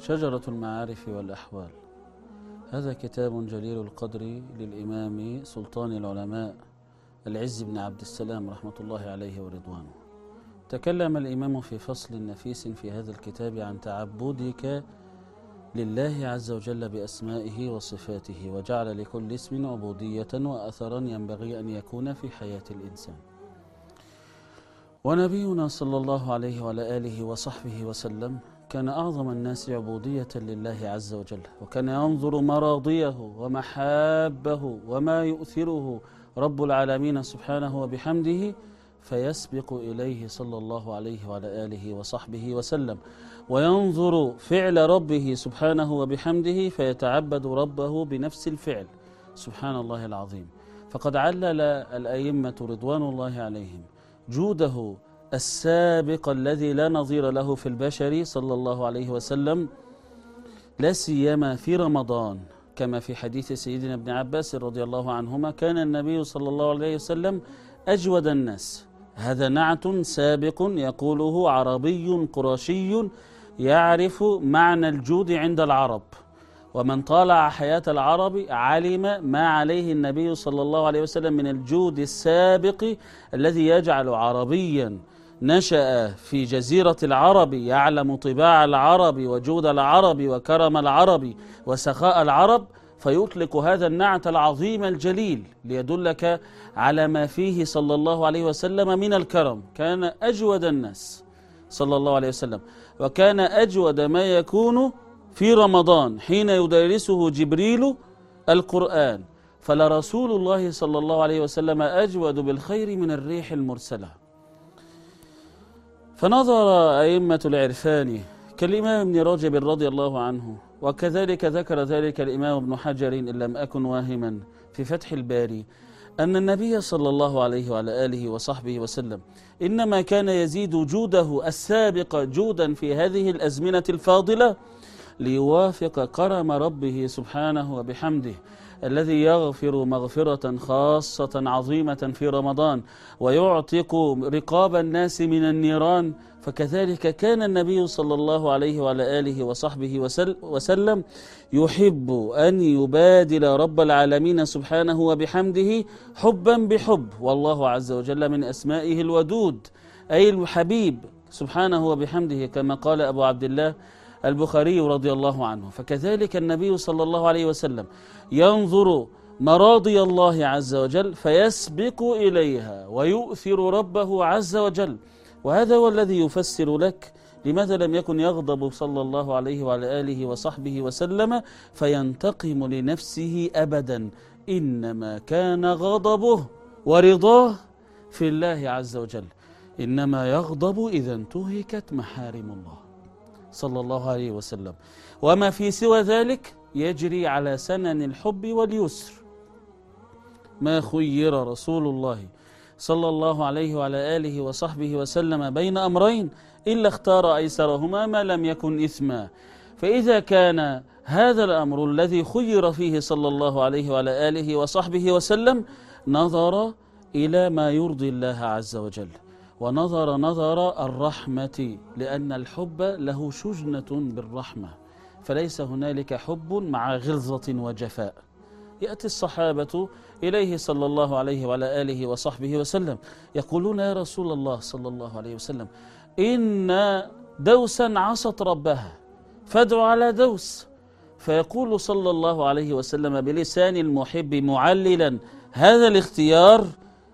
شجرة المعارف والأحوال. هذا كتاب جليل القدر للإمام سلطان العلماء العز بن عبد السلام رحمة الله عليه ورضوانه. تكلم الإمام في فصل نفيس في هذا الكتاب عن تعبدك لله عز وجل بأسمائه وصفاته، وجعل لكل اسم عبودية وأثرا ينبغي أن يكون في حياة الإنسان. ونبينا صلى الله عليه وعلى آله وصحبه وسلم كان أعظم الناس عبودية لله عز وجل، وكان ينظر مراضيه ومحابه وما يؤثره رب العالمين سبحانه وبحمده فيسبق إليه صلى الله عليه وعلى آله وصحبه وسلم، وينظر فعل ربه سبحانه وبحمده فيتعبد ربه بنفس الفعل. سبحان الله العظيم. فقد علل الأئمة رضوان الله عليهم جوده السابق الذي لا نظير له في البشر صلى الله عليه وسلم، لا سيما في رمضان، كما في حديث سيدنا ابن عباس رضي الله عنهما: كان النبي صلى الله عليه وسلم أجود الناس. هذا نعت سابق يقوله عربي قرشي يعرف معنى الجود عند العرب، ومن طالع حياة العرب علم ما عليه النبي صلى الله عليه وسلم من الجود السابق الذي يجعل عربيا نشأ في جزيرة العرب يعلم طباع العرب وجود العرب وكرم العرب وسخاء العرب، فيطلق هذا النعت العظيم الجليل ليدلك على ما فيه صلى الله عليه وسلم من الكرم. كان أجود الناس صلى الله عليه وسلم، وكان أجود ما يكون في رمضان حين يدرسه جبريل القرآن، فلرسول الله صلى الله عليه وسلم أجود بالخير من الريح المرسلة. فنظر أئمة العرفان كالإمام ابن رجب رضي الله عنه، وكذلك ذكر ذلك الإمام ابن حجر إن لم أكن واهما في فتح الباري، أن النبي صلى الله عليه وعلى آله وصحبه وسلم إنما كان يزيد جوده السابق جودا في هذه الأزمنة الفاضلة ليوافق كرم ربه سبحانه وبحمده الذي يغفر مغفرة خاصة عظيمة في رمضان ويعتق رقاب الناس من النيران. فكذلك كان النبي صلى الله عليه وعلى آله وصحبه وسلم يحب أن يبادل رب العالمين سبحانه وبحمده حبا بحب، والله عز وجل من أسمائه الودود أي الحبيب سبحانه وبحمده، كما قال أبو عبد الله البخاري رضي الله عنه. فكذلك النبي صلى الله عليه وسلم ينظر مراضي الله عز وجل فيسبق إليها ويؤثر ربه عز وجل، وهذا هو الذي يفسر لك لماذا لم يكن يغضب صلى الله عليه وعلى آله وصحبه وسلم فينتقم لنفسه أبدا، إنما كان غضبه ورضاه في الله عز وجل، إنما يغضب إذا انتهكت محارم الله صلى الله عليه وسلم، وما في سوى ذلك يجري على سنن الحب واليسر. ما خير رسول الله صلى الله عليه وعلى آله وصحبه وسلم بين أمرين إلا اختار أيسرهما ما لم يكن إثما. فإذا كان هذا الأمر الذي خير فيه صلى الله عليه وعلى آله وصحبه وسلم نظر إلى ما يرضي الله عز وجل، ونظر نظر الرحمة، لأن الحب له شجنة بالرحمة، فليس هنالك حب مع غلظة وجفاء. يأتي الصحابة إليه صلى الله عليه وعلى آله وصحبه وسلم يقولون: يا رسول الله صلى الله عليه وسلم إن دوسا عصت ربها فادع على دوس. فيقول صلى الله عليه وسلم بلسان المحب معللا هذا الاختيار: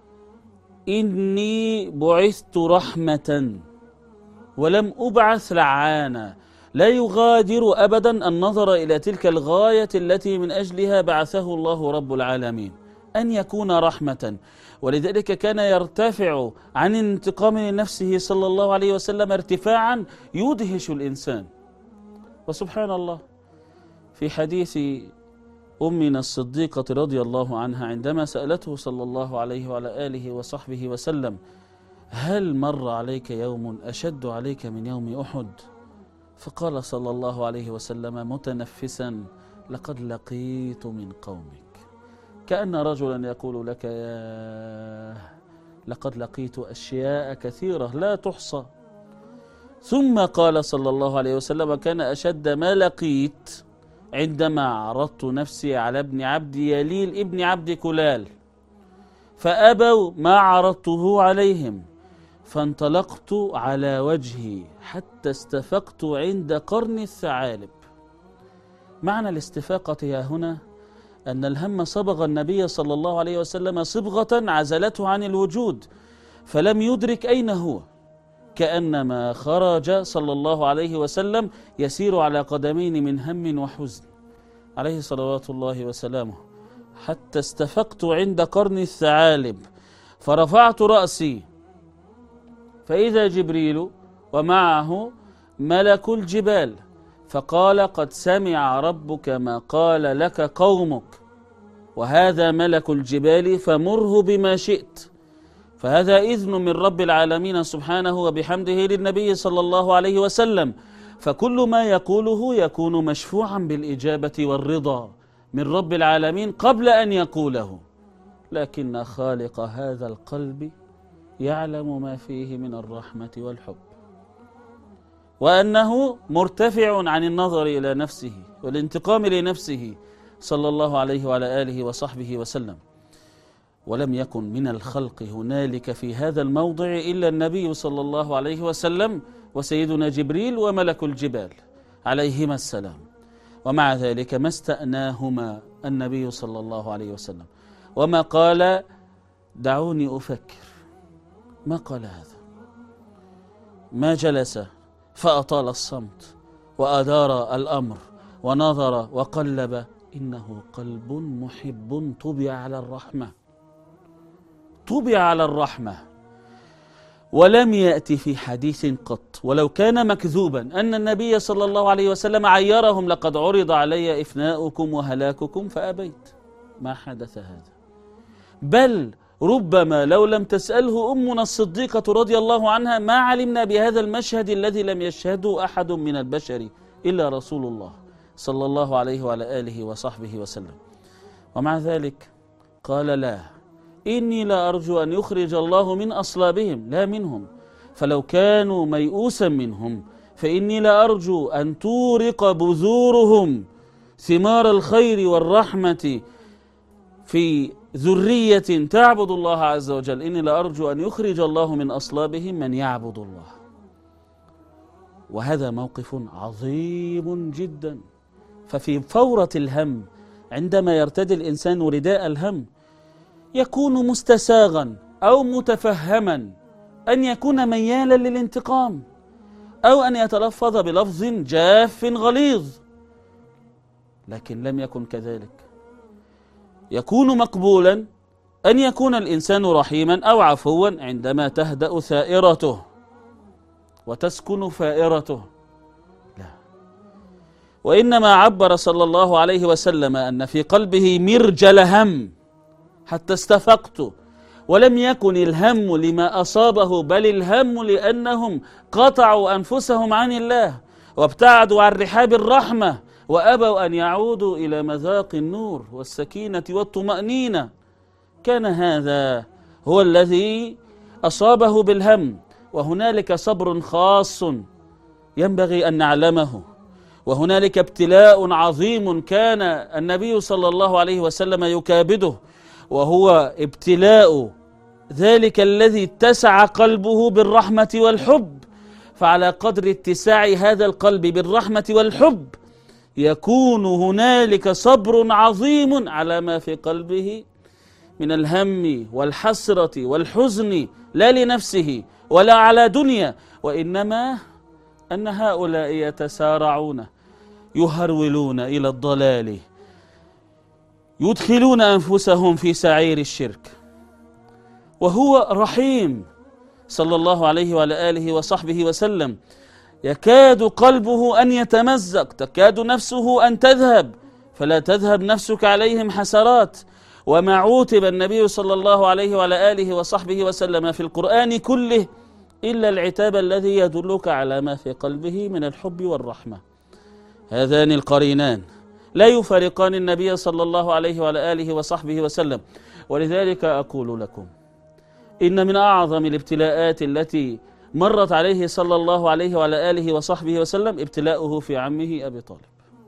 إني بعثت رحمة ولم أبعث لعانا. لا يغادر أبدا النظر إلى تلك الغاية التي من أجلها بعثه الله رب العالمين، أن يكون رحمة. ولذلك كان يرتفع عن انتقام لنفسه صلى الله عليه وسلم ارتفاعا يدهش الإنسان. وسبحان الله، في حديث أمنا الصديقة رضي الله عنها عندما سألته صلى الله عليه وعلى آله وصحبه وسلم: هل مر عليك يوم أشد عليك من يوم أحد؟ فقال صلى الله عليه وسلم متنفسا: لقد لقيت من قومك. كأن رجلا يقول لك: يا لقد لقيت أشياء كثيرة لا تحصى، ثم قال صلى الله عليه وسلم: كان أشد ما لقيت عندما عرضت نفسي على ابن عبد يليل ابن عبد كلال فأبوا ما عرضته عليهم، فانطلقت على وجهي حتى استفقت عند قرن الثعالب. معنى الاستفاقة يا هنا أن الهم صبغ النبي صلى الله عليه وسلم صبغة عزلته عن الوجود، فلم يدرك أين هو، كأنما خرج صلى الله عليه وسلم يسير على قدمين من هم وحزن عليه صلوات الله وسلامه، حتى استفقت عند قرن الثعالب فرفعت رأسي فإذا جبريل ومعه ملك الجبال، فقال: قد سمع ربك ما قال لك قومك، وهذا ملك الجبال فمره بما شئت. فهذا إذن من رب العالمين سبحانه وبحمده للنبي صلى الله عليه وسلم، فكل ما يقوله يكون مشفوعا بالإجابة والرضا من رب العالمين قبل أن يقوله، لكن خالق هذا القلب يعلم ما فيه من الرحمة والحب، وأنه مرتفع عن النظر إلى نفسه والانتقام لنفسه صلى الله عليه وعلى آله وصحبه وسلم. ولم يكن من الخلق هنالك في هذا الموضع إلا النبي صلى الله عليه وسلم وسيدنا جبريل وملك الجبال عليهما السلام، ومع ذلك ما استأناهما النبي صلى الله عليه وسلم، وما قال: دعوني أفكر، ما قال هذا، ما جلس فأطال الصمت وأدار الأمر ونظر وقلب، إنه قلب محب طبع على الرحمة، طبع على الرحمة. ولم يأتي في حديث قط ولو كان مكذوبا أن النبي صلى الله عليه وسلم عيرهم: لقد عرض علي إفناؤكم وهلاككم فأبيت. ما حدث هذا، بل ربما لو لم تسأله أمنا الصديقة رضي الله عنها ما علمنا بهذا المشهد الذي لم يشهده أحد من البشر إلا رسول الله صلى الله عليه وعلى آله وصحبه وسلم. ومع ذلك قال: لا، إني لا أرجو أن يخرج الله من أصلابهم، لا منهم، فلو كانوا ميؤوسا منهم فإني لا أرجو أن تورق بذورهم ثمار الخير والرحمة في ذرية تعبد الله عز وجل. إني لا أرجو أن يخرج الله من أصلابهم من يعبد الله. وهذا موقف عظيم جدا. ففي فورة الهم عندما يرتدي الإنسان رداء الهم يكون مستساغا أو متفهما أن يكون ميالا للانتقام، أو أن يتلفظ بلفظ جاف غليظ، لكن لم يكن كذلك. يكون مقبولا أن يكون الإنسان رحيما أو عفوا عندما تهدأ ثائرته وتسكن فائرته، لا، وإنما عبر صلى الله عليه وسلم أن في قلبه مرجل هم حتى استفقت، ولم يكن الهم لما أصابه، بل الهم لأنهم قطعوا أنفسهم عن الله وابتعدوا عن رحاب الرحمة وأبوا أن يعودوا إلى مذاق النور والسكينة والطمأنينة. كان هذا هو الذي أصابه بالهم. وهنالك صبر خاص ينبغي أن نعلمه، وهنالك ابتلاء عظيم كان النبي صلى الله عليه وسلم يكابده، وهو ابتلاء ذلك الذي اتسع قلبه بالرحمة والحب. فعلى قدر اتساع هذا القلب بالرحمة والحب يكون هنالك صبر عظيم على ما في قلبه من الهم والحسرة والحزن، لا لنفسه ولا على دنيا، وإنما أن هؤلاء يتسارعون يهرولون إلى الضلال، يدخلون أنفسهم في سعير الشرك. وهو رحيم صلى الله عليه وعلى آله وصحبه وسلم، يكاد قلبه أن يتمزق، تكاد نفسه أن تذهب، فلا تذهب نفسك عليهم حسرات. وما عوتب النبي صلى الله عليه وعلى آله وصحبه وسلم في القرآن كله إلا العتاب الذي يدلك على ما في قلبه من الحب والرحمة. هذان القرينان لا يفارقان النبي صلى الله عليه وعلى آله وصحبه وسلم. ولذلك أقول لكم إن من أعظم الابتلاءات التي مرت عليه صلى الله عليه وعلى آله وصحبه وسلم ابتلاؤه في عمه أبي طالب،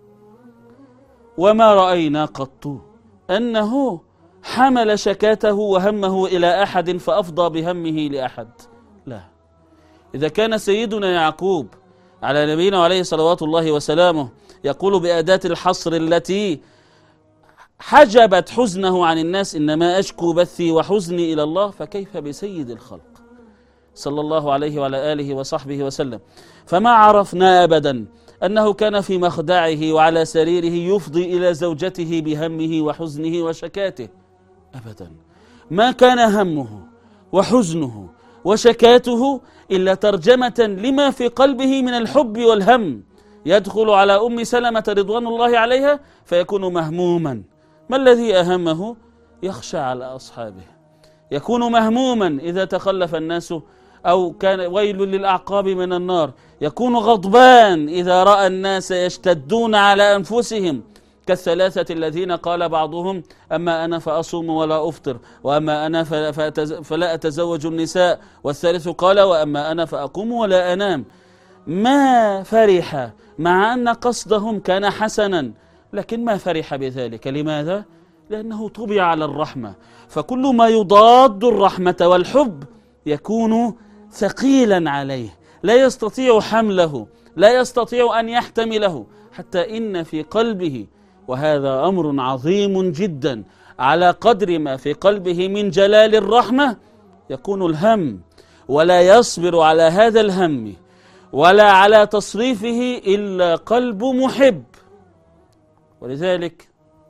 وما رأينا قط أنه حمل شكاته وهمه إلى أحد فأفضى بهمه لأحد، لا. إذا كان سيدنا يعقوب على نبينا عليه صلوات الله وسلامه يقول بأداة الحصر التي حجبت حزنه عن الناس: إنما أشكو بثي وحزني إلى الله، فكيف بسيد الخلق صلى الله عليه وعلى آله وصحبه وسلم؟ فما عرفنا أبدا أنه كان في مخدعه وعلى سريره يفضي إلى زوجته بهمه وحزنه وشكاته أبدا. ما كان همه وحزنه وشكاته إلا ترجمة لما في قلبه من الحب والهم. يدخل على أم سلمة رضوان الله عليها فيكون مهموما. ما الذي أهمه؟ يخشى على أصحابه، يكون مهموما إذا تخلف الناس أو كان ويل للأعقاب من النار، يكون غضبان إذا رأى الناس يشتدون على أنفسهم كالثلاثة الذين قال بعضهم: أما أنا فأصوم ولا أفطر، وأما أنا فلا أتزوج النساء، والثالث قال: وأما أنا فأقوم ولا أنام. ما فرح مع أن قصدهم كان حسنا، لكن ما فرح بذلك. لماذا؟ لأنه طبع على الرحمة، فكل ما يضاد الرحمة والحب يكون ثقيلا عليه، لا يستطيع حمله، لا يستطيع أن يحتمله، حتى إن في قلبه، وهذا أمر عظيم جدا، على قدر ما في قلبه من جلال الرحمة يكون الهم، ولا يصبر على هذا الهم ولا على تصريفه إلا قلب محب. ولذلك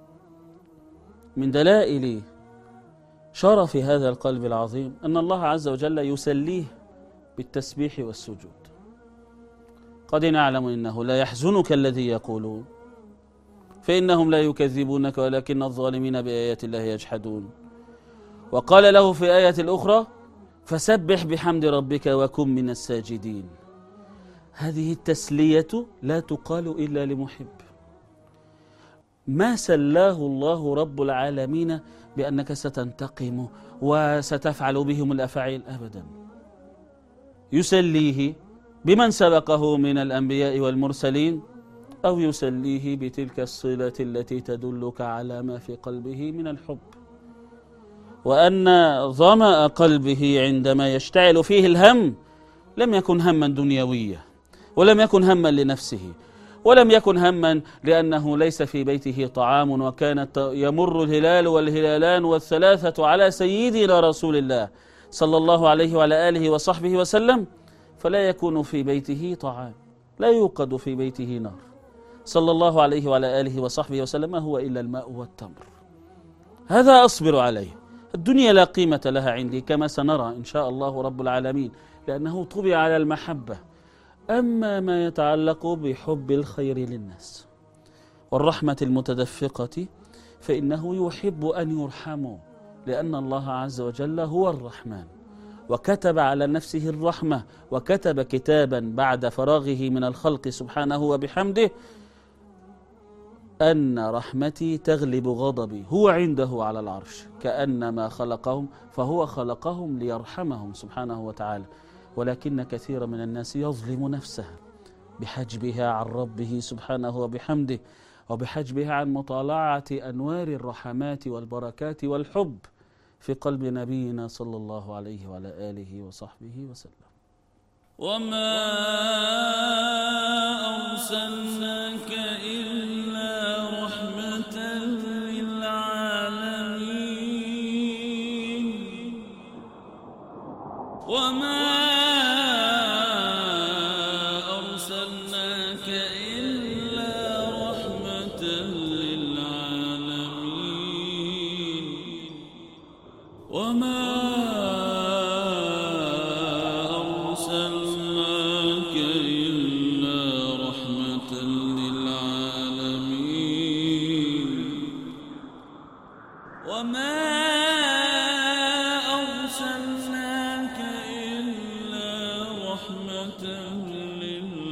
من دلائل شرف هذا القلب العظيم أن الله عز وجل يسليه بالتسبيح والسجود. قد نعلم إنه لا يحزنك الذي يقولون فإنهم لا يكذبونك ولكن الظالمين بآيات الله يجحدون. وقال له في آية الأخرى: فسبح بحمد ربك وكن من الساجدين. هذه التسلية لا تقال إلا لمحب. ما سلاه الله رب العالمين بأنك ستنتقم وستفعل بهم الأفاعيل أبدا، يسليه بمن سبقه من الأنبياء والمرسلين، أو يسليه بتلك الصلة التي تدلك على ما في قلبه من الحب، وأن ظمأ قلبه عندما يشتعل فيه الهم لم يكن هما دنيويا، ولم يكن هما لنفسه، ولم يكن هما لأنه ليس في بيته طعام وكانت يمر الهلال والهلالان والثلاثة على سيدنا رسول الله صلى الله عليه وعلى آله وصحبه وسلم، فلا يكون في بيته طعام، لا يوقد في بيته نار، صلى الله عليه وعلى آله وصحبه وسلم، ما هو إلا الماء والتمر. هذا أصبر عليه. الدنيا لا قيمة لها عندي كما سنرى إن شاء الله رب العالمين، لأنه طبع على المحبة. أما ما يتعلق بحب الخير للناس والرحمة المتدفقة فإنه يحب أن يرحموا، لأن الله عز وجل هو الرحمن، وكتب على نفسه الرحمة، وكتب كتابا بعد فراغه من الخلق سبحانه وبحمده: أن رحمتي تغلب غضبي. هو عنده على العرش كأنما خلقهم، فهو خلقهم ليرحمهم سبحانه وتعالى، ولكن كثير من الناس يظلم نفسه بحجبها عن ربه سبحانه وبحمده، وبحجبها عن مطالعة أنوار الرحمات والبركات والحب في قلب نبينا صلى الله عليه وعلى آله وصحبه وسلم. وما أرسلناك إلا رحمة للعالمين. وما أرسلناك إلا رحمة للعالمين. وما أرسلناك إلا رحمة للعالمين. وما أرسلناك إلا رحمة للعالمين.